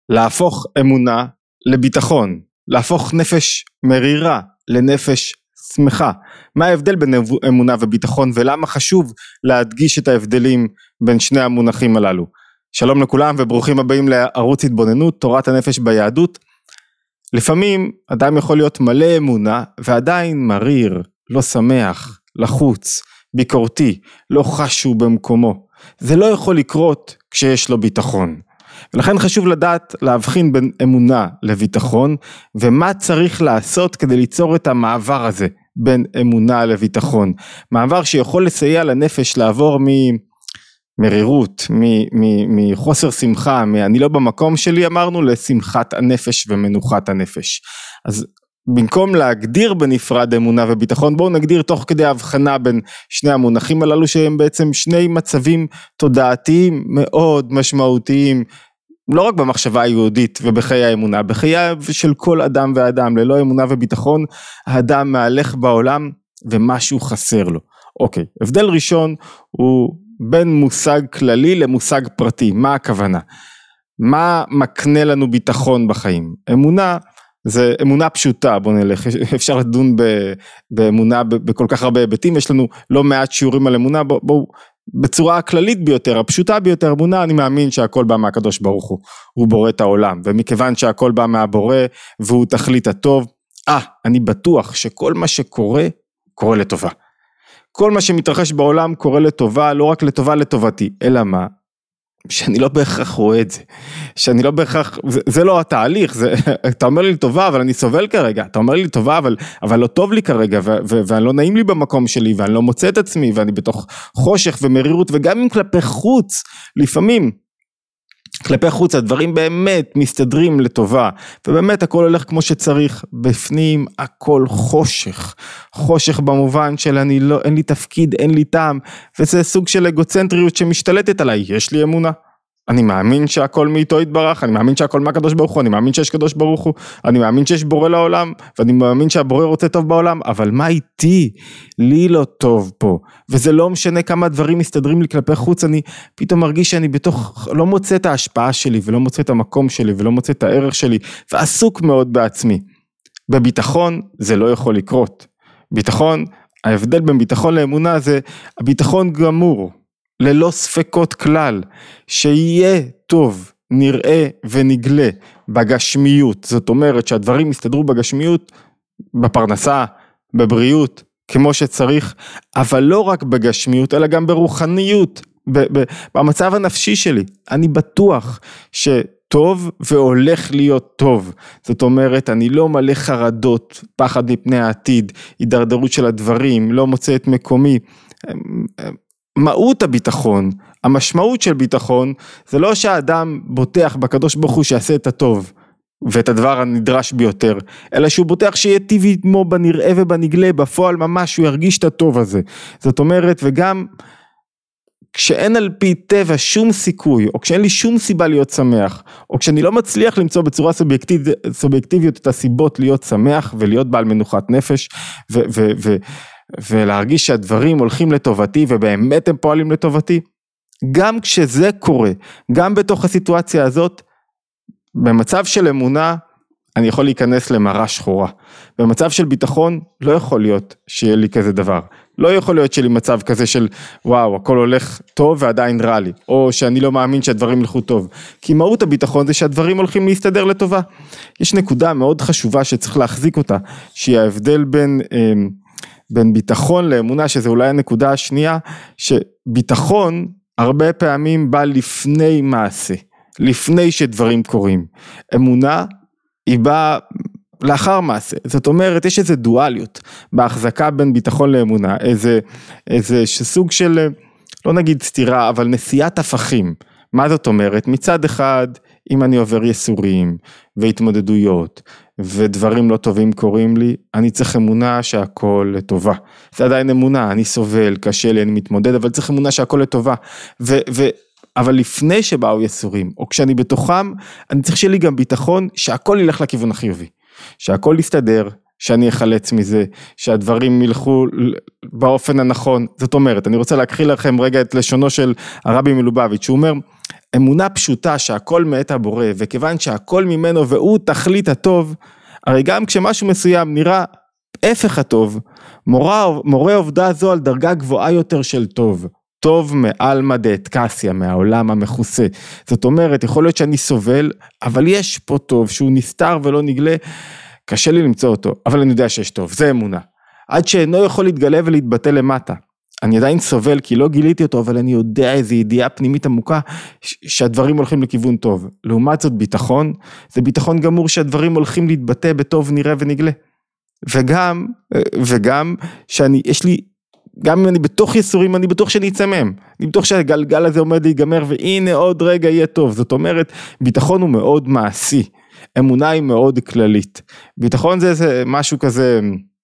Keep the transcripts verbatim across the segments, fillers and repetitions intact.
להפוך אמונה לביטחון, להפוך נפש מרירה לנפש שמחה. מה ההבדל בין אמונה וביטחון, ולמה חשוב להדגיש את ההבדלים בין שני המונחים הללו? שלום לכולם וברוכים הבאים לערוץ התבוננות, תורת הנפש ביהדות. לפעמים אדם יכול להיות מלא אמונה ועדיין מריר, לא שמח, לחוץ, ביקורתי, לא חשו במקומו. זה לא יכול לקרות כשיש לו ביטחון. ולכן חשוב לדעת להבחין בין אמונה לביטחון, ומה צריך לעשות כדי ליצור את המעבר הזה בין אמונה לביטחון. מעבר שיכול לסייע לנפש לעבור ממרירות, מחוסר שמחה, אני לא במקום שלי אמרנו, לשמחת הנפש ומנוחת הנפש. אז במקום להגדיר בנפרד אמונה וביטחון, בואו נגדיר תוך כדי הבחנה בין שני המונחים הללו, שהם בעצם שני מצבים תודעתיים מאוד משמעותיים, לא רק במחשבה היהודית ובחיי האמונה, בחייו של כל אדם ואדם. ללא אמונה וביטחון, האדם מהלך בעולם ומשהו חסר לו. אוקיי, הבדל ראשון הוא בין מושג כללי למושג פרטי. מה הכוונה? מה מקנה לנו ביטחון בחיים? אמונה זה אמונה פשוטה, בוא נלך, אפשר לדון באמונה בכל כך הרבה היבטים, יש לנו לא מעט שיעורים על אמונה, בואו בוא, בצורה הכללית ביותר, הפשוטה ביותר, אמונה, אני מאמין שהכל בא מהקדוש ברוך הוא, הוא בורא את העולם, ומכיוון שהכל בא מהבורא, והוא תכלית הטוב, אה, אני בטוח שכל מה שקורה, קורה לטובה. כל מה שמתרחש בעולם קורה לטובה, לא רק לטובה לטובתי, אלא מה? שאני לא בהכרח רואה את זה, שאני לא בהכרח, זה, זה לא התהליך, זה, אתה אומר לי לטובה, אבל אני סובל כרגע, אתה אומר לי לטובה, אבל, אבל לא טוב לי כרגע, ו, ו, ואני לא נעים לי במקום שלי, ואני לא מוצא את עצמי, ואני בתוך חושך ומרירות, וגם אם כלפי חוץ, לפעמים, כלפי חוץ, הדברים באמת מסתדרים לטובה, ובאמת הכל הולך כמו שצריך, בפנים הכל חושך, חושך במובן של אני לא, אין לי תפקיד, אין לי טעם, וזה סוג של אגוצנטריות שמשתלטת עליי. יש לי אמונה, אני מאמין שהכל מאיתו יתברך, אני מאמין שהכל מהקדוש ברוך הוא, אני מאמין שיש קדוש ברוך הוא, אני מאמין שיש בורא לעולם, ואני מאמין שהבורא רוצה טוב בעולם, אבל מה איתי? לי לא טוב פה, וזה לא משנה כמה דברים מסתדרים לי כלפי חוץ, אני פתאום מרגיש שאני בתוך, לא מוצא את ההשפעה שלי, ולא מוצא את המקום שלי, ולא מוצא את הערך שלי, ועסוק מאוד בעצמי. בביטחון זה לא יכול לקרות. ביטחון, ההבדל בין ביטחון לאמונה זה, הביטחון גמור, ללא ספקות כלל, שיהיה טוב, נראה ונגלה בגשמיות, זאת אומרת שהדברים יסתדרו בגשמיות, בפרנסה, בבריאות, כמו שצריך, אבל לא רק בגשמיות, אלא גם ברוחניות, במצב הנפשי שלי, אני בטוח שטוב והולך להיות טוב, זאת אומרת, אני לא מלא חרדות, פחד מפני העתיד, הידרדרות של הדברים, לא מוצא את מקומי, מהות הביטחון, המשמעות של ביטחון, זה לא שהאדם בוטח בקדוש ברוך הוא שיעשה את הטוב, ואת הדבר הנדרש ביותר, אלא שהוא בוטח שיהיה טבעי כמו בנראה ובנגלה, בפועל ממש הוא ירגיש את הטוב הזה. זאת אומרת, וגם כשאין על פי טבע שום סיכוי, או כשאין לי שום סיבה להיות שמח, או כשאני לא מצליח למצוא בצורה סובייקטיבית, סובייקטיבית את הסיבות להיות שמח, ולהיות בעל מנוחת נפש, ו... ו, ו ולהרגיש שהדברים הולכים לטובתי ובאמת הם פועלים לטובתי, גם כשזה קורה, גם בתוך הסיטואציה הזאת, במצב של אמונה, אני יכול להיכנס למראה שחורה, במצב של ביטחון, לא יכול להיות שיהיה לי כזה דבר, לא יכול להיות שיהיה לי מצב כזה של, וואו, הכל הולך טוב ועדיין רע לי, או שאני לא מאמין שהדברים ילכו טוב, כי מהות הביטחון זה שהדברים הולכים להסתדר לטובה. יש נקודה מאוד חשובה שצריך להחזיק אותה, שהיא ההבדל בין בין ביטחון לאמונה, שזה אולי הנקודה השנייה, שביטחון הרבה פעמים בא לפני מעשה, לפני שדברים קורים. אמונה היא באה לאחר מעשה, זאת אומרת, יש איזו דואליות בהחזקה בין ביטחון לאמונה, איזה, איזה סוג של, לא נגיד סתירה, אבל נשיאת הפכים. מה זאת אומרת? מצד אחד, אם אני עובר יסורים והתמודדויות ודברים לא טובים קורים לי, אני צריך אמונה שהכל לטובה. זה עדיין אמונה, אני סובל, קשה לי, אני מתמודד, אבל צריך אמונה שהכל לטובה. ו, ו, אבל לפני שבאו יסורים, או כשאני בתוכם, אני צריך שיהיה לי גם ביטחון שהכל ילך לכיוון החיובי. שהכל יסתדר, שאני אחלץ מזה, שהדברים ילכו באופן הנכון. זאת אומרת, אני רוצה להקריא לכם רגע את לשונו של הרבי מלובביץ', שהוא אומר, אמונה פשוטה שהכל מאת הבורא, וכיוון שהכל ממנו והוא תכלית הטוב, הרי גם כשמשהו מסוים נראה הפך הטוב, מורה, מורה עובדה זו על דרגה גבוהה יותר של טוב, טוב מעלמא דאתקסיא, מהעולם המכוסה. זאת אומרת, יכול להיות שאני סובל, אבל יש פה טוב שהוא נסתר ולא נגלה, קשה לי למצוא אותו, אבל אני יודע שיש טוב, זה אמונה. עד שאינו יכול להתגלה ולהתבטא למטה. אני עדיין סובל כי לא גיליתי אותו, אבל אני יודע איזו ידיעה פנימית עמוקה, שהדברים הולכים לכיוון טוב. לעומת זאת ביטחון, זה ביטחון גמור שהדברים הולכים להתבטא בטוב נראה ונגלה. וגם, וגם שאני, יש לי, גם אם אני בתוך יסורים, אני בטוח שאני אצמם. אני בטוח שהגלגל הזה עומד להיגמר, והנה עוד רגע יהיה טוב. זאת אומרת, ביטחון הוא מאוד מעשי. אמונה היא מאוד כללית. ביטחון זה, זה משהו כזה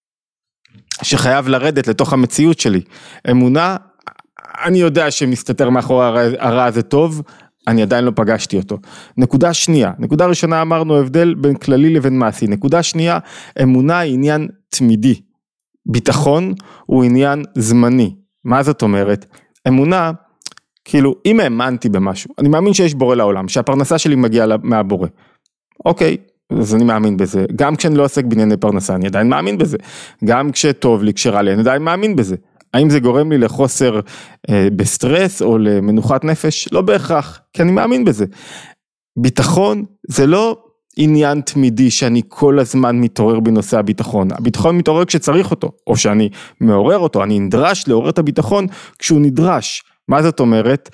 שחייב לרדת לתוך המציאות שלי. אמונה, אני יודע שמסתתר מאחורי הרע הזה טוב, אני עדיין לא פגשתי אותו. נקודה שנייה, נקודה ראשונה אמרנו הבדל בין כללי לבין מעשי. נקודה שנייה, אמונה היא עניין תמידי. ביטחון הוא עניין זמני. מה זאת אומרת? אמונה, כאילו, אם האמנתי במשהו, אני מאמין שיש בורא לעולם, שהפרנסה שלי מגיעה מהבורא. אוקיי, אז אני מאמין בזה. גם כשאני לא עוסק בענייני פרנסה, אני עדיין מאמין בזה. גם כשטוב לי, כשרע לי, אני עדיין מאמין בזה. האם זה גורם לי לחוסר אה, בסטרס או למנוחת נפש? לא בהכרח, כי אני מאמין בזה. ביטחון זה לא עניין תמידי שאני כל הזמן מתעורר בנושא הביטחון. הביטחון מתעורר כשצריך אותו, או שאני מעורר אותו, אני נדרש לעורר את הביטחון כשהוא נדרש. מה זאת אומרת?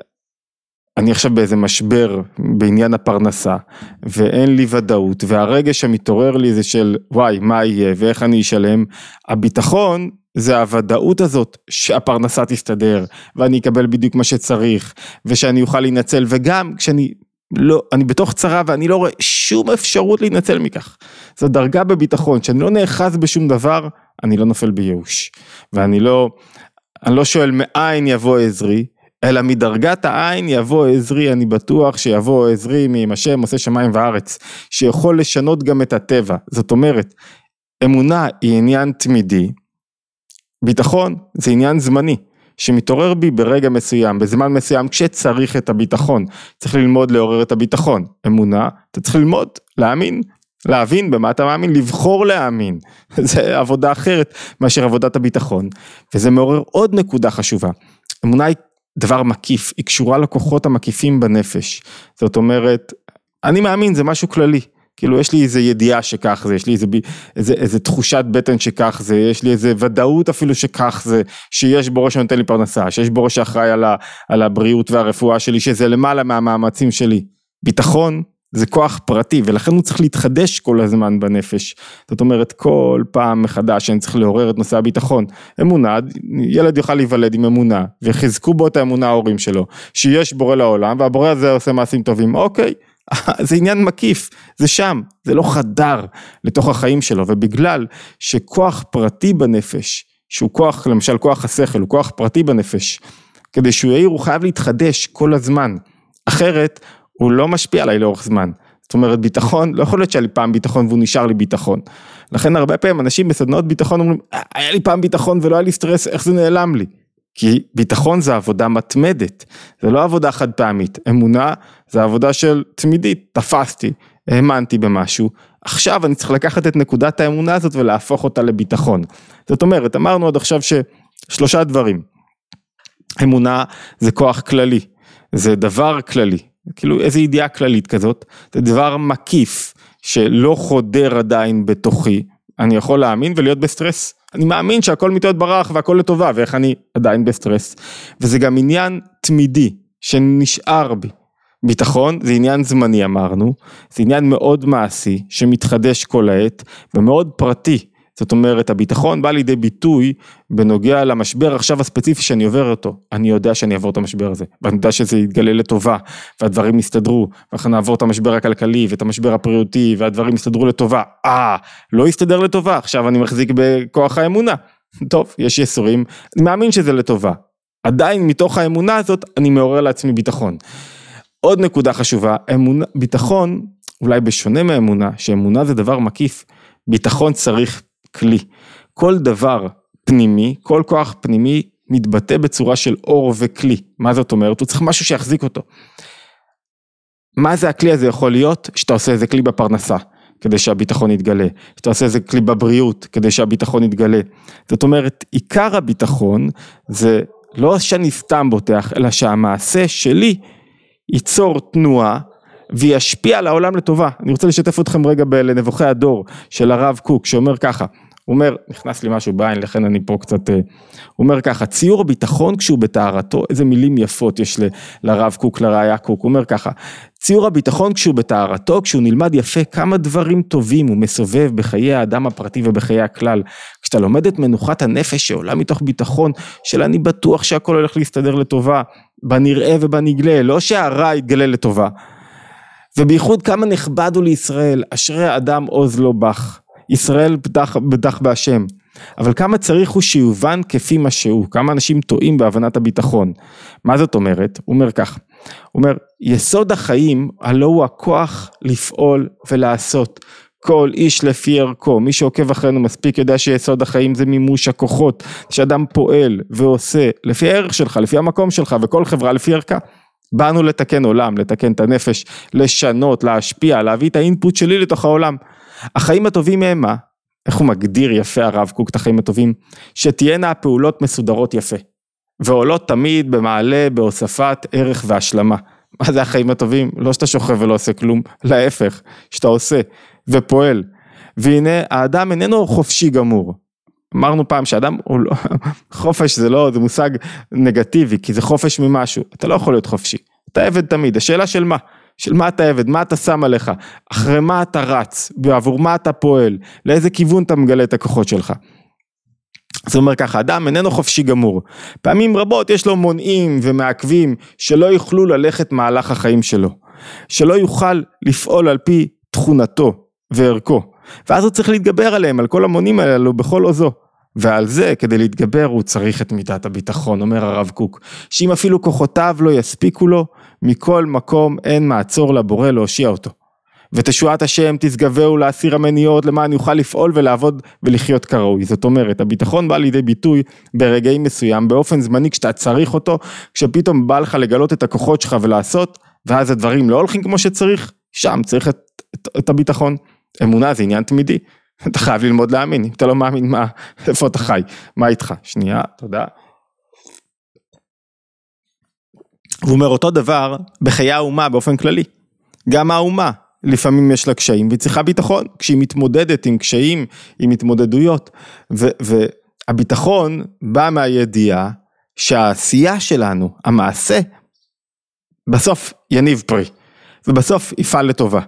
אני עכשיו באיזה משבר בעניין הפרנסה, ואין לי ודאות, והרגש המתעורר לי זה של וואי, מה יהיה, ואיך אני אשלם. הביטחון זה הוודאות הזאת שהפרנסה תסתדר, ואני אקבל בדיוק מה שצריך, ושאני אוכל להינצל, וגם כשאני לא, אני בתוך צרה, ואני לא רואה שום אפשרות להינצל מכך. זו דרגה בביטחון, שאני לא נאחז בשום דבר, אני לא נופל בייאוש. ואני לא, אני לא שואל מאין יבוא עזרי, אלא מדרגת העין יבוא עזרי, אני בטוח שיבוא עזרי מעם השם עושה שמיים וארץ, שיכול לשנות גם את הטבע. זאת אומרת, אמונה היא עניין תמידי, ביטחון זה עניין זמני, שמתעורר בי ברגע מסוים, בזמן מסוים, כשצריך את הביטחון, צריך ללמוד לעורר את הביטחון. אמונה, אתה צריך ללמוד, להאמין, להבין במה אתה מאמין, לבחור להאמין. זה עבודה אחרת מאשר עבודת הביטחון, וזה מעורר עוד נקודה חשובה. אמונה היא דבר מקיף, היא קשורה לכוחות המקיפים בנפש. זאת אומרת, אני מאמין, זה משהו כללי. כאילו יש לי איזה ידיעה שכך זה, יש לי איזה, איזה, איזה תחושת בטן שכך זה, יש לי איזה ודאות אפילו שכך זה, שיש בורא שנותן לי פרנסה, שיש בורא שאחראי על, ה, על הבריאות והרפואה שלי, שזה למעלה מהמאמצים שלי. ביטחון זה כוח פרטי, ולכן הוא צריך להתחדש כל הזמן בנפש. זאת אומרת, כל פעם מחדש אני צריך לעורר את נושא הביטחון. אמונה, ילד יוכל להיוולד עם אמונה, וחיזקו בו את האמונה ההורים שלו, שיש בורא לעולם, והבורא הזה עושה מעשים טובים. אוקיי, זה עניין מקיף, זה שם, זה לא חדר לתוך החיים שלו, ובגלל שכוח פרטי בנפש, שהוא כוח, למשל כוח השכל, הוא כוח פרטי בנפש, כדי שהוא יאיר, הוא חייב להתחדש כל הזמן, אחרת הוא לא משפיע עליי לאורך זמן. זאת אומרת, ביטחון, לא יכול להיות שהיה לי פעם ביטחון והוא נשאר לי ביטחון. לכן הרבה פעמים אנשים בסדנאות ביטחון אומרים, היה לי פעם ביטחון ולא היה לי סטרס, איך זה נעלם לי? כי ביטחון זה עבודה מתמדת, זה לא עבודה חד פעמית. אמונה זה עבודה של תמידית, תפסתי, האמנתי במשהו, עכשיו אני צריך לקחת את נקודת האמונה הזאת ולהפוך אותה לביטחון. זאת אומרת, אמרנו עד עכשיו ששלושה דברים. אמונה זה כוח כללי, זה דבר כללי, כאילו איזו ידיעה כללית כזאת, זה דבר מקיף שלא חודר עדיין בתוכי, אני יכול להאמין ולהיות בסטרס, אני מאמין שהכל מתאות ברח והכל לטובה, ואיך אני עדיין בסטרס, וזה גם עניין תמידי שנשאר בי. ביטחון זה עניין זמני אמרנו, זה עניין מאוד מעשי שמתחדש כל העת ומאוד פרטי. זאת אומרת, הביטחון בא לידי ביטוי בנוגע למשבר עכשיו הספציפי שאני עובר אותו. אני יודע שאני אעבור את המשבר הזה, ואני יודע שזה יתגלה לטובה, והדברים יסתדרו, ואנחנו נעבור את המשבר הכלכלי, ואת המשבר הבריאותי, והדברים יסתדרו לטובה. אה, לא יסתדר לטובה, עכשיו אני מחזיק בכוח האמונה. טוב, יש יסורים, אני מאמין שזה לטובה. עדיין מתוך האמונה הזאת, אני מעורר לעצמי ביטחון. עוד נקודה חשובה, אמונה, ביטחון, אולי בשונה מהאמונה, שאמונה זה דבר מקיף, ביטחון צריך כלי. כל דבר פנימי, כל כוח פנימי מתבטא בצורה של אור וכלי. מה זאת אומרת? הוא צריך משהו שיחזיק אותו. מה זה הכלי הזה יכול להיות? שאתה עושה איזה כלי בפרנסה, כדי שהביטחון יתגלה, שאתה עושה איזה כלי בבריאות, כדי שהביטחון יתגלה. זאת אומרת, עיקר הביטחון, זה לא שאני סתם בוטח, אלא שהמעשה שלי, ייצור תנועה, וישפיע על העולם לטובה. אני רוצה לשתף אתכם רגע בלנבוכי הדור, של הרב קוק, שאומר ככה, הוא אומר, נכנס לי משהו בעין, לכן אני פה קצת, הוא אומר ככה, ציור הביטחון כשהוא בתארתו, איזה מילים יפות יש ל, לרב קוק, לראיה קוק, הוא אומר ככה, ציור הביטחון כשהוא בתארתו, כשהוא נלמד יפה כמה דברים טובים, הוא מסובב בחיי האדם הפרטי ובחיי הכלל, כשאתה לומד את מנוחת הנפש שעולה מתוך ביטחון, של אני בטוח שהכל הולך להסתדר לטובה, בנראה ובנגלה, לא שהרע יתגלה לטובה, ובייחוד כמה נכבד הוא לישראל, אשרי האדם עוז לא בך, ישראל בטח, בטח בהשם, אבל כמה צריך הוא שיובן כפי מה שהוא, כמה אנשים טועים בהבנת הביטחון, מה זאת אומרת? הוא אומר כך, הוא אומר, יסוד החיים, הלא הוא הכוח לפעול ולעשות, כל איש לפי ערכו, מי שעוקב אחרינו מספיק יודע שיסוד החיים זה מימוש הכוחות, שאדם פועל ועושה, לפי הערך שלך, לפי המקום שלך, וכל חברה לפי ערכה, באנו לתקן עולם, לתקן את הנפש, לשנות, להשפיע, להביא את האינפוט שלי לתוך העולם, החיים הטובים הם מה? איך הוא מגדיר יפה הרב קוק את החיים הטובים? שתהיינה הפעולות מסודרות יפה, ועולות תמיד במעלה, בהוספת ערך והשלמה. מה זה החיים הטובים? לא שאתה שוכב ולא עושה כלום, להפך, שאתה עושה ופועל. והנה האדם איננו חופשי גמור. אמרנו פעם שאדם, לא, חופש זה לא, זה מושג נגטיבי, כי זה חופש ממשהו. אתה לא יכול להיות חופשי, אתה עבד תמיד, השאלה של מה? של מה אתה עבד, מה אתה שם עליך, אחרי מה אתה רץ, בעבור מה אתה פועל, לאיזה כיוון אתה מגלה את הכוחות שלך. זאת אומרת ככה, אדם איננו חופשי גמור, פעמים רבות יש לו מונעים ומעכבים, שלא יוכלו ללכת מהלך החיים שלו, שלא יוכל לפעול על פי תכונתו וערכו, ואז הוא צריך להתגבר עליהם, על כל המונעים האלו בכל עוזו, ועל זה כדי להתגבר הוא צריך את מידת הביטחון, אומר הרב קוק, שאם אפילו כוחותיו לא יספיקו לו, מכל מקום אין מעצור לבורא להושיע אותו. ותשועת השם תסגבהו להסיר המניעות למען יוכל לפעול ולעבוד ולחיות כראוי. זאת אומרת, הביטחון בא לידי ביטוי ברגעים מסוים, באופן זמני כשאתה צריך אותו, כשפתאום בא לך לגלות את הכוחות שלך ולעשות, ואז הדברים לא הולכים כמו שצריך, שם צריך את, את, את הביטחון. אמונה זה עניין תמידי, אתה חייב ללמוד להאמין, אם אתה לא מאמין מה, איפה אתה חי, מה איתך? שנייה, תודה. הוא אומר אותו דבר בחיי האומה באופן כללי, גם האומה לפעמים יש לה קשיים והיא צריכה ביטחון, כשהיא מתמודדת עם קשיים, עם התמודדויות, ו- והביטחון בא מהידיעה שהעשייה שלנו, המעשה, בסוף יניב פרי, ובסוף יפעל לטובה,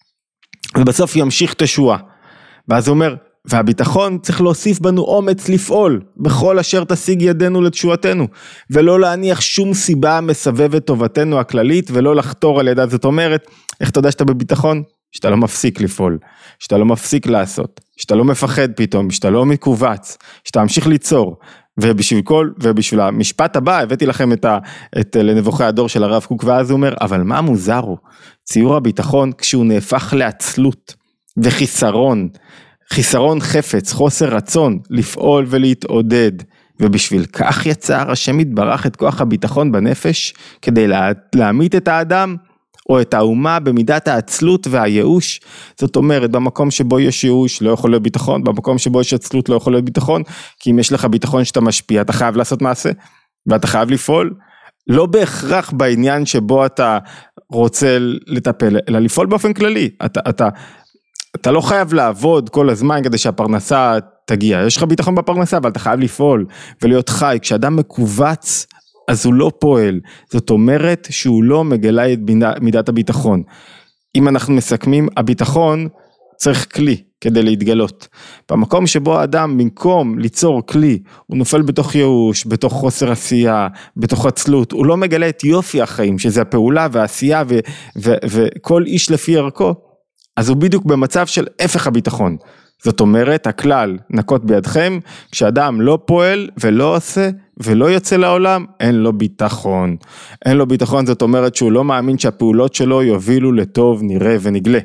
ובסוף ימשיך תשועה, ואז הוא אומר, והביטחון צריך להוסיף בנו אומץ לפעול, בכל אשר תשיג ידינו לתשועתנו, ולא להניח שום סיבה מסבבת טובתנו הכללית, ולא לחתור על ידה. זאת אומרת, איך אתה יודע שאתה בביטחון? שאתה לא מפסיק לפעול, שאתה לא מפסיק לעשות, שאתה לא מפחד פתאום, שאתה לא מקובץ, שאתה ממשיך ליצור, ובשביל כל, ובשביל המשפט הבא, הבאתי לכם את, ה, את לנבוכי הדור של הרב קוק, ואז הוא אומר, אבל מה מוזר הוא? ציור הביטחון כשהוא נהפך לעצלות וחיסרון, חיסרון חפץ, חוסר רצון לפעול ולהתעודד, ובשביל כך יצר השם יתברך את כוח הביטחון בנפש, כדי לה, להעמיד את האדם, או את האומה במידת העצלות והייאוש. זאת אומרת, במקום שבו יש ייאוש לא יכול להיות ביטחון, במקום שבו יש עצלות לא יכול להיות ביטחון, כי אם יש לך ביטחון שאתה משפיע, אתה חייב לעשות מעשה, ואתה חייב לפעול, לא בהכרח בעניין שבו אתה רוצה לטפל, אלא לפעול באופן כללי, אתה, אתה, אתה לא חייב לעבוד כל הזמן כדי שהפרנסה תגיע, יש לך ביטחון בפרנסה, אבל אתה חייב לפעול ולהיות חי. כשאדם מקובץ, אז הוא לא פועל, זאת אומרת שהוא לא מגלה את מידת הביטחון. אם אנחנו מסכמים, הביטחון צריך כלי כדי להתגלות. במקום שבו האדם במקום ליצור כלי, הוא נופל בתוך ייאוש, בתוך חוסר עשייה, בתוך עצלות, הוא לא מגלה את יופי החיים, שזה הפעולה והעשייה ו- ו- וכל איש לפי ערכו, אז הוא בדיוק במצב של הפך הביטחון. זאת אומרת, הכלל נקוט בידכם, כשאדם לא פועל ולא עושה ולא יוצא לעולם, אין לו ביטחון. אין לו ביטחון, זאת אומרת שהוא לא מאמין שהפעולות שלו יובילו לטוב, נראה ונגלה.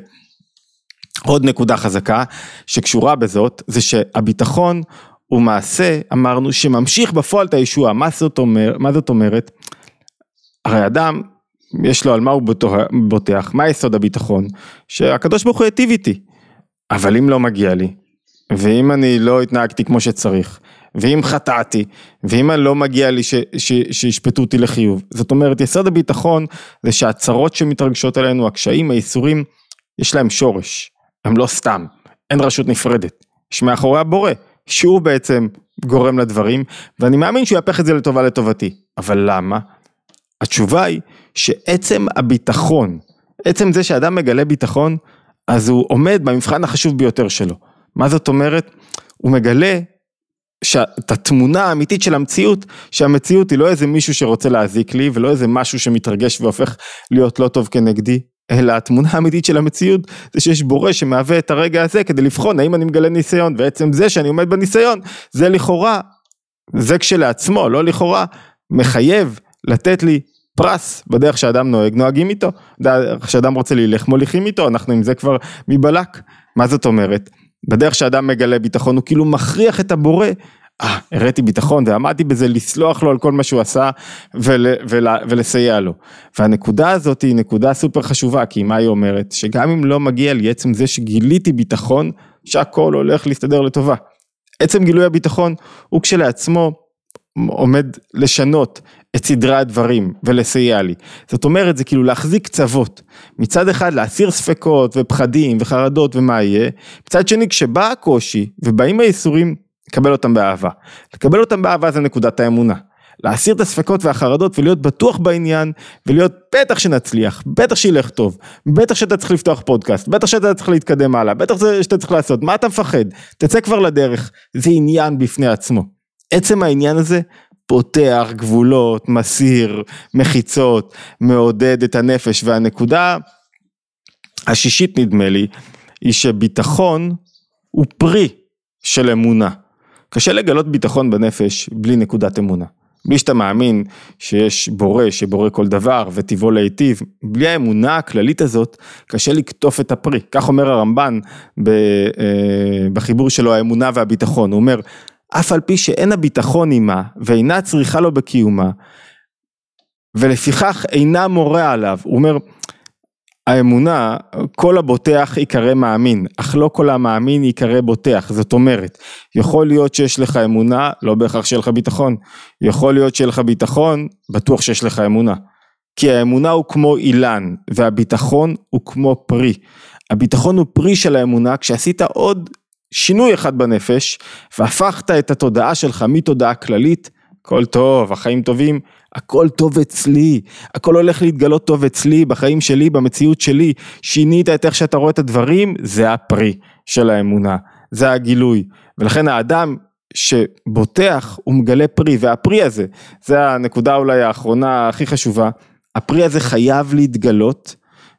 עוד נקודה חזקה שקשורה בזאת, זה שהביטחון הוא מעשה, אמרנו, שממשיך בפועל את הישוע. מה זאת אומר, מה זאת אומרת? הרי אדם יש לו על מה הוא בוטח, מה יסוד הביטחון? שהקדוש ברוך הוא יטיב איתי, אבל אם לא מגיע לי, ואם אני לא התנהגתי כמו שצריך, ואם חטאתי, ואם אני לא מגיע לי ש, ש, שישפטו אותי לחיוב, זאת אומרת, יסוד הביטחון זה שהצרות שמתרגשות עלינו, הקשיים, האיסורים, יש להם שורש, הם לא סתם, אין רשות נפרדת, יש מאחורי הבורא, שהוא בעצם גורם לדברים, ואני מאמין שהוא יפך את זה לטובה לטובתי, אבל למה? התשובה היא שעצם הביטחון, עצם זה שאדם מגלה ביטחון, אז הוא עומד במבחן החשוב ביותר שלו. מה זאת אומרת? הוא מגלה את התמונה האמיתית של המציאות, שהמציאות היא לא איזה מישהו שרוצה להזיק לי, ולא איזה משהו שמתרגש והופך להיות לא טוב כנגדי, אלא התמונה האמיתית של המציאות, זה שיש בורא שמהווה את הרגע הזה, כדי לבחון האם אני מגלה ניסיון, ועצם זה שאני עומד בניסיון, זה לכאורה, זה כשלעצמו, לא לכאורה, מחייב לתת לי פרס, בדרך שאדם נוהג, נוהגים איתו, בדרך שאדם רוצה להילך, מוליכים איתו, אנחנו עם זה כבר מבלק, מה זאת אומרת? בדרך שאדם מגלה ביטחון, הוא כאילו מכריח את הבורא, אה, הראיתי ביטחון, ועמדתי בזה לסלוח לו על כל מה שהוא עשה, ול, ול, ולסייע לו, והנקודה הזאת היא נקודה סופר חשובה, כי מה היא אומרת? שגם אם לא מגיע לי עצם זה שגיליתי ביטחון, שהכל הולך להסתדר לטובה, עצם גילוי הביטחון, הוא כשלעצמו, עומד לשנות את סדרי הדברים ולסייע לי. זאת אומרת, זה כאילו להחזיק קצוות. מצד אחד להסיר ספקות ופחדים וחרדות ומה יהיה. מצד שני, כשבא הקושי ובאים האיסורים, לקבל אותם באהבה. לקבל אותם באהבה זה נקודת האמונה. להסיר את הספקות והחרדות ולהיות בטוח בעניין, ולהיות בטח שנצליח, בטח שילך טוב, בטח שאתה צריך לפתוח פודקאסט, בטח שאתה צריך להתקדם הלאה, בטח שאתה צריך לעשות. מה אתה מפחד? תצא כבר לדרך. זה עניין בפני עצמו. עצם העניין הזה פותח גבולות, מסיר, מחיצות, מעודד את הנפש, והנקודה השישית נדמה לי, היא שביטחון הוא פרי של אמונה. קשה לגלות ביטחון בנפש בלי נקודת אמונה. בלי שאתה מאמין שיש בורא שבורא כל דבר וטבעו להיטיב, בלי האמונה הכללית הזאת קשה לקטוף את הפרי. כך אומר הרמב"ן בחיבור שלו האמונה והביטחון, הוא אומר, אף על פי שאין הביטחון עימה, ואינה צריכה לו בקיומה, ולפיכך אינה מורה עליו. הוא אומר, האמונה, כל הבוטח יקרא מאמין, אך לא כל המאמין יקרא בוטח. זאת אומרת, יכול להיות שיש לך אמונה, לא בהכרח שיש לך ביטחון. יכול להיות שיש לך ביטחון, בטוח שיש לך אמונה. כי האמונה הוא כמו אילן, והביטחון הוא כמו פרי. הביטחון הוא פרי של האמונה, כשעשית עוד שינוי אחד בנפש, והפכת את התודעה שלך מתודעה כללית, הכל טוב, החיים טובים, הכל טוב אצלי, הכל הולך להתגלות טוב אצלי, בחיים שלי, במציאות שלי, שינית את איך שאתה רואה את הדברים, זה הפרי של האמונה, זה הגילוי, ולכן האדם שבוטח הוא מגלה פרי, והפרי הזה, זה הנקודה אולי האחרונה הכי חשובה, הפרי הזה חייב להתגלות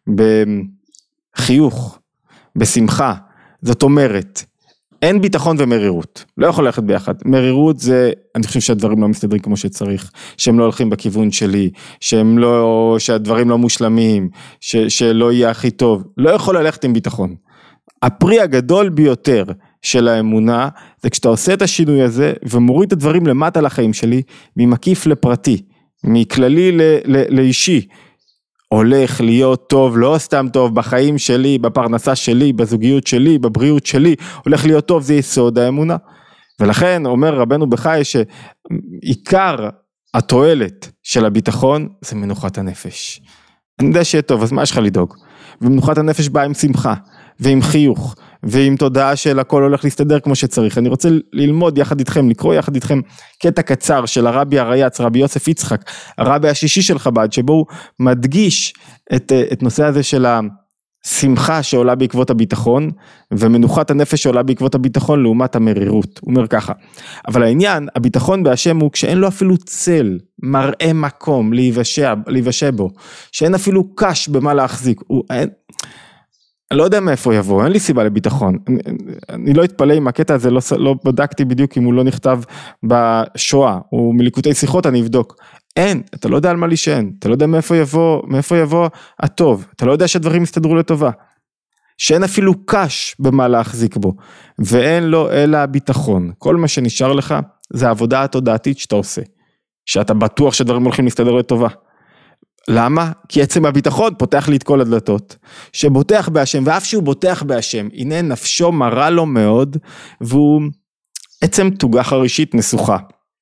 בחיוך, בשמחה, זאת אומרת, אין ביטחון ומרירות, לא יכול ללכת ביחד, מרירות זה, אני חושב שהדברים לא מסתדרים כמו שצריך, שהם לא הולכים בכיוון שלי, שהם לא, שהדברים לא מושלמים, ש, שלא יהיה הכי טוב, לא יכול ללכת עם ביטחון. הפרי הגדול ביותר של האמונה, זה כשאתה עושה את השינוי הזה, ומוריד את הדברים למטה לחיים שלי, ממקיף לפרטי, מכללי ל, ל, לאישי, הולך להיות טוב, לא סתם טוב, בחיים שלי, בפרנסה שלי, בזוגיות שלי, בבריאות שלי, הולך להיות טוב, זה יסוד האמונה. ולכן אומר רבנו בחי שעיקר התועלת של הביטחון זה מנוחת הנפש. אני יודע שיהיה טוב, אז מה יש לך לדאוג? ומנוחת הנפש באה עם שמחה, ועם חיוך, ועם תודעה של הכל הולך להסתדר כמו שצריך. אני רוצה ללמוד יחד איתכם, לקרוא יחד איתכם קטע קצר של הרבי הרייץ, רבי יוסף יצחק, הרבי השישי של חב"ד, שבו הוא מדגיש את, את נושא הזה של השמחה שעולה בעקבות הביטחון, ומנוחת הנפש שעולה בעקבות הביטחון לעומת המרירות. הוא אומר ככה, אבל העניין, הביטחון בהשם הוא כשאין לו אפילו צל, מראה מקום להיוושע, להיוושע בו, שאין אפילו קש במה להחזיק, הוא אין... אני לא יודע מאיפה יבוא, אין לי סיבה לביטחון, אני, אני לא אתפלא עם הקטע הזה, לא, לא בדקתי בדיוק אם הוא לא נכתב בשואה, הוא מליקוטי שיחות אני אבדוק, אין, אתה לא יודע על מה להישען, אתה לא יודע מאיפה יבוא, מאיפה יבוא הטוב, אתה לא יודע שהדברים יסתדרו לטובה, שאין אפילו קש במה להחזיק בו, ואין לו אלא הביטחון, כל מה שנשאר לך זה העבודה התודעתית שאתה עושה, שאתה בטוח שדברים הולכים להסתדר לטובה, למה? כי עצם הביטחון פותח לי את כל הדלתות, שבוטח בהשם, ואף שהוא בוטח בהשם, הנה נפשו מרה לו מאוד, והוא עצם תוגה חרישית נסוכה,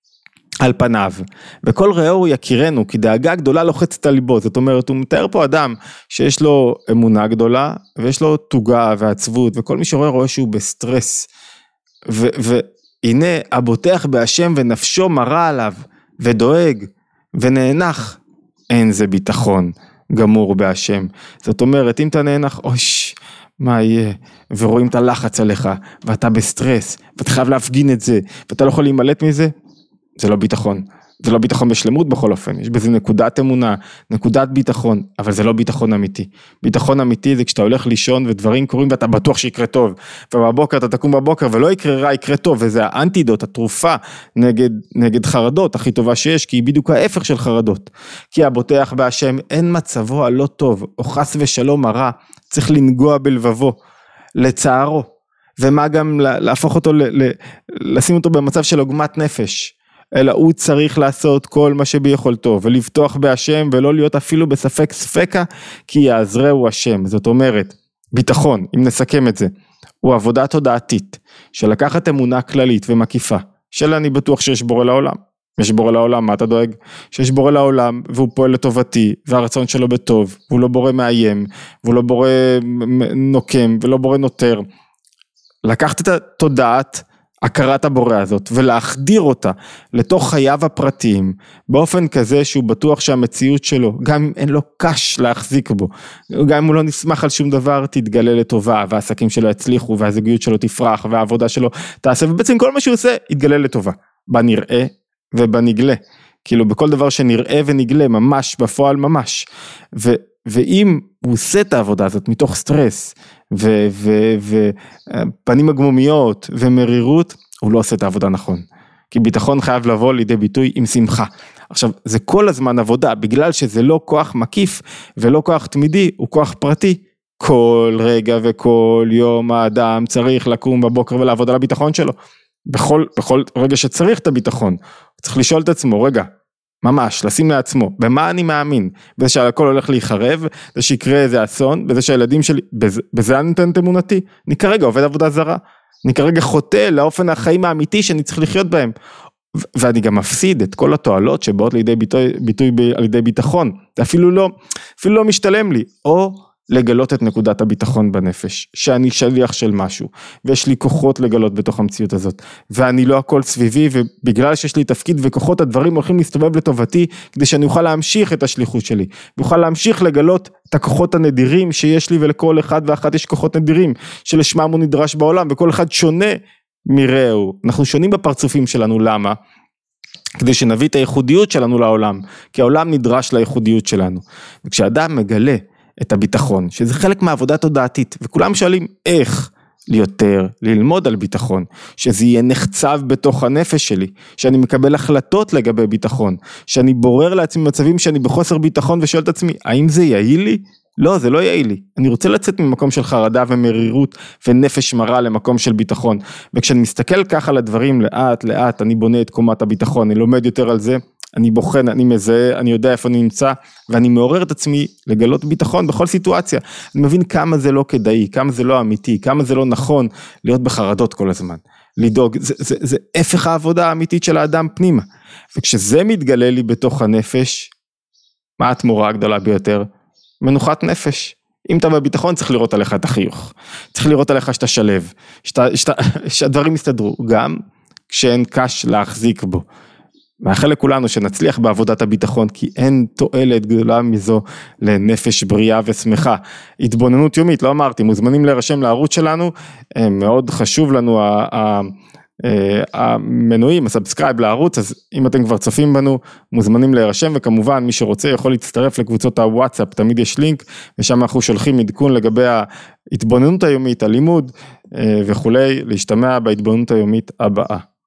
על פניו, וכל ראהו יכירנו, כי דאגה גדולה לוחצת על ליבו, זאת אומרת, הוא מתאר פה אדם, שיש לו אמונה גדולה, ויש לו תוגה ועצבות, וכל מי שרואה רואה שהוא בסטרס, ו- והנה הבוטח בהשם ונפשו מרה עליו, ודואג, ונאנח, אין זה ביטחון גמור בהשם. זאת אומרת, אם אתה נאנח, אוש, מה יהיה? ורואים את הלחץ עליך, ואתה בסטרס, ואתה חייב להפגין את זה, ואתה לא יכול להימלט מזה, זה לא ביטחון. זה לא ביטחון בשלמות בכל אופן, יש בזה נקודת אמונה, נקודת ביטחון, אבל זה לא ביטחון אמיתי. ביטחון אמיתי זה כשאתה הולך לישון ודברים קורים ואתה בטוח שיקרה טוב, ובבוקר אתה תקום בבוקר ולא יקרה רע, יקרה טוב, וזה האנטידוט, התרופה נגד, נגד חרדות, הכי טובה שיש, כי היא בדיוק ההפך של חרדות. כי הבוטח בהשם אין מצבו הלא טוב, או חס ושלום הרע, צריך לנגוע בלבבו, לצערו, ומה גם להפוך אותו, לשים אותו במצב של עוגמת נפש, אלא הוא צריך לעשות כל מה שביכולתו, ולבטוח בהשם, ולא להיות אפילו בספק ספקה, כי יעזרהו השם. זאת אומרת, ביטחון, אם נסכם את זה, הוא עבודה תודעתית, של לקחת אמונה כללית ומקיפה, של אני בטוח שיש בורא לעולם. יש בורא לעולם, מה אתה דואג? שיש בורא לעולם, והוא פועל לטובתי, והרצון שלו בטוב, והוא לא בורא מאיים, והוא לא בורא נוקם, ולא בורא נותר. לקחת את התודעת, הכרת הבורא הזאת, ולהחדיר אותה לתוך חייו הפרטיים, באופן כזה שהוא בטוח שהמציאות שלו, גם אם אין לו קש להחזיק בו, גם אם הוא לא נשמח על שום דבר, תתגלה לטובה, והעסקים שלו יצליחו, והזוגיות שלו תפרח, והעבודה שלו תעשה, ובעצם כל מה שהוא עושה, יתגלה לטובה, בנראה ובנגלה, כאילו בכל דבר שנראה ונגלה, ממש, בפועל ממש, ו... ואם הוא עושה את העבודה הזאת מתוך סטרס, ופנים הגמומיות ומרירות, הוא לא עושה את העבודה נכון. כי ביטחון חייב לבוא לידי ביטוי עם שמחה. עכשיו, זה כל הזמן עבודה, בגלל שזה לא כוח מקיף, ולא כוח תמידי, הוא כוח פרטי. כל רגע וכל יום האדם צריך לקום בבוקר ולעבוד על הביטחון שלו. בכל, בכל רגע שצריך את הביטחון, צריך לשאול את עצמו, רגע, ממש, לשים לעצמו, במה אני מאמין, בזה שהכל הולך להיחרב, בזה שיקרה איזה אסון, בזה שהילדים שלי, בזה, בזה אני נותן את אמונתי, אני כרגע עובד עבודה זרה, אני כרגע חוטא לאופן החיים האמיתי שאני צריך לחיות בהם, ו- ואני גם מפסיד את כל התועלות שבאות לידי ביטוי, ביטוי ב- על ידי ביטחון, זה אפילו לא, אפילו לא משתלם לי, או לגלות את נקודת הביטחון בנפש, שאני שליח של משהו, ויש לי כוחות לגלות בתוך המציאות הזאת, ואני לא הכל סביבי, ובגלל שיש לי תפקיד וכוחות, הדברים הולכים להסתובב לטובתי, כדי שאני אוכל להמשיך את השליחות שלי, ואוכל להמשיך לגלות את הכוחות הנדירים שיש לי, ולכל אחד ואחת יש כוחות נדירים, שלשמם הוא נדרש בעולם, וכל אחד שונה מרעהו, אנחנו שונים בפרצופים שלנו, למה? כדי שנביא את הייחודיות שלנו לעולם, כי העולם נדרש לייחודיות שלנו, וכשאדם מגלה את הביטחון, שזה חלק מהעבודה תודעתית, וכולם שואלים איך ליותר, ללמוד על ביטחון, שזה יהיה נחצב בתוך הנפש שלי, שאני מקבל החלטות לגבי ביטחון, שאני בורר לעצמי מצבים שאני בחוסר ביטחון, ושואל את עצמי, האם זה יעיל לי? לא, זה לא יעיל לי, אני רוצה לצאת ממקום של חרדה ומרירות, ונפש מרה למקום של ביטחון, וכשאני מסתכל ככה על הדברים לאט לאט, אני בונה את קומת הביטחון, אני לומד יותר על זה, אני בוחן, אני מזהה, אני יודע איפה אני נמצא, ואני מעורר את עצמי לגלות ביטחון בכל סיטואציה. אני מבין כמה זה לא כדאי, כמה זה לא אמיתי, כמה זה לא נכון להיות בחרדות כל הזמן. לדאוג, זה, זה, זה הפך העבודה האמיתית של האדם פנימה. וכשזה מתגלה לי בתוך הנפש, מה התמורה הגדולה ביותר? מנוחת נפש. אם אתה בביטחון צריך לראות עליך את החיוך. צריך לראות עליך שאתה שלב, שאתה, שאתה, שהדברים יסתדרו, גם כשאין קש להחזיק בו. מאחל לכולנו שנצליח בעבודת הביטחון, כי אין תועלת גדולה מזו לנפש בריאה ושמחה. התבוננות יומית, לא אמרתי, מוזמנים להירשם לערוץ שלנו, מאוד חשוב לנו המנויים, הסאבסקרייב לערוץ, אז אם אתם כבר צופים בנו, מוזמנים להירשם, וכמובן מי שרוצה יכול להצטרף לקבוצות הוואטסאפ, תמיד יש לינק, ושם אנחנו שולחים עדכון לגבי ההתבוננות היומית, הלימוד וכולי, להשתמע בהתבוננות היומית הבאה.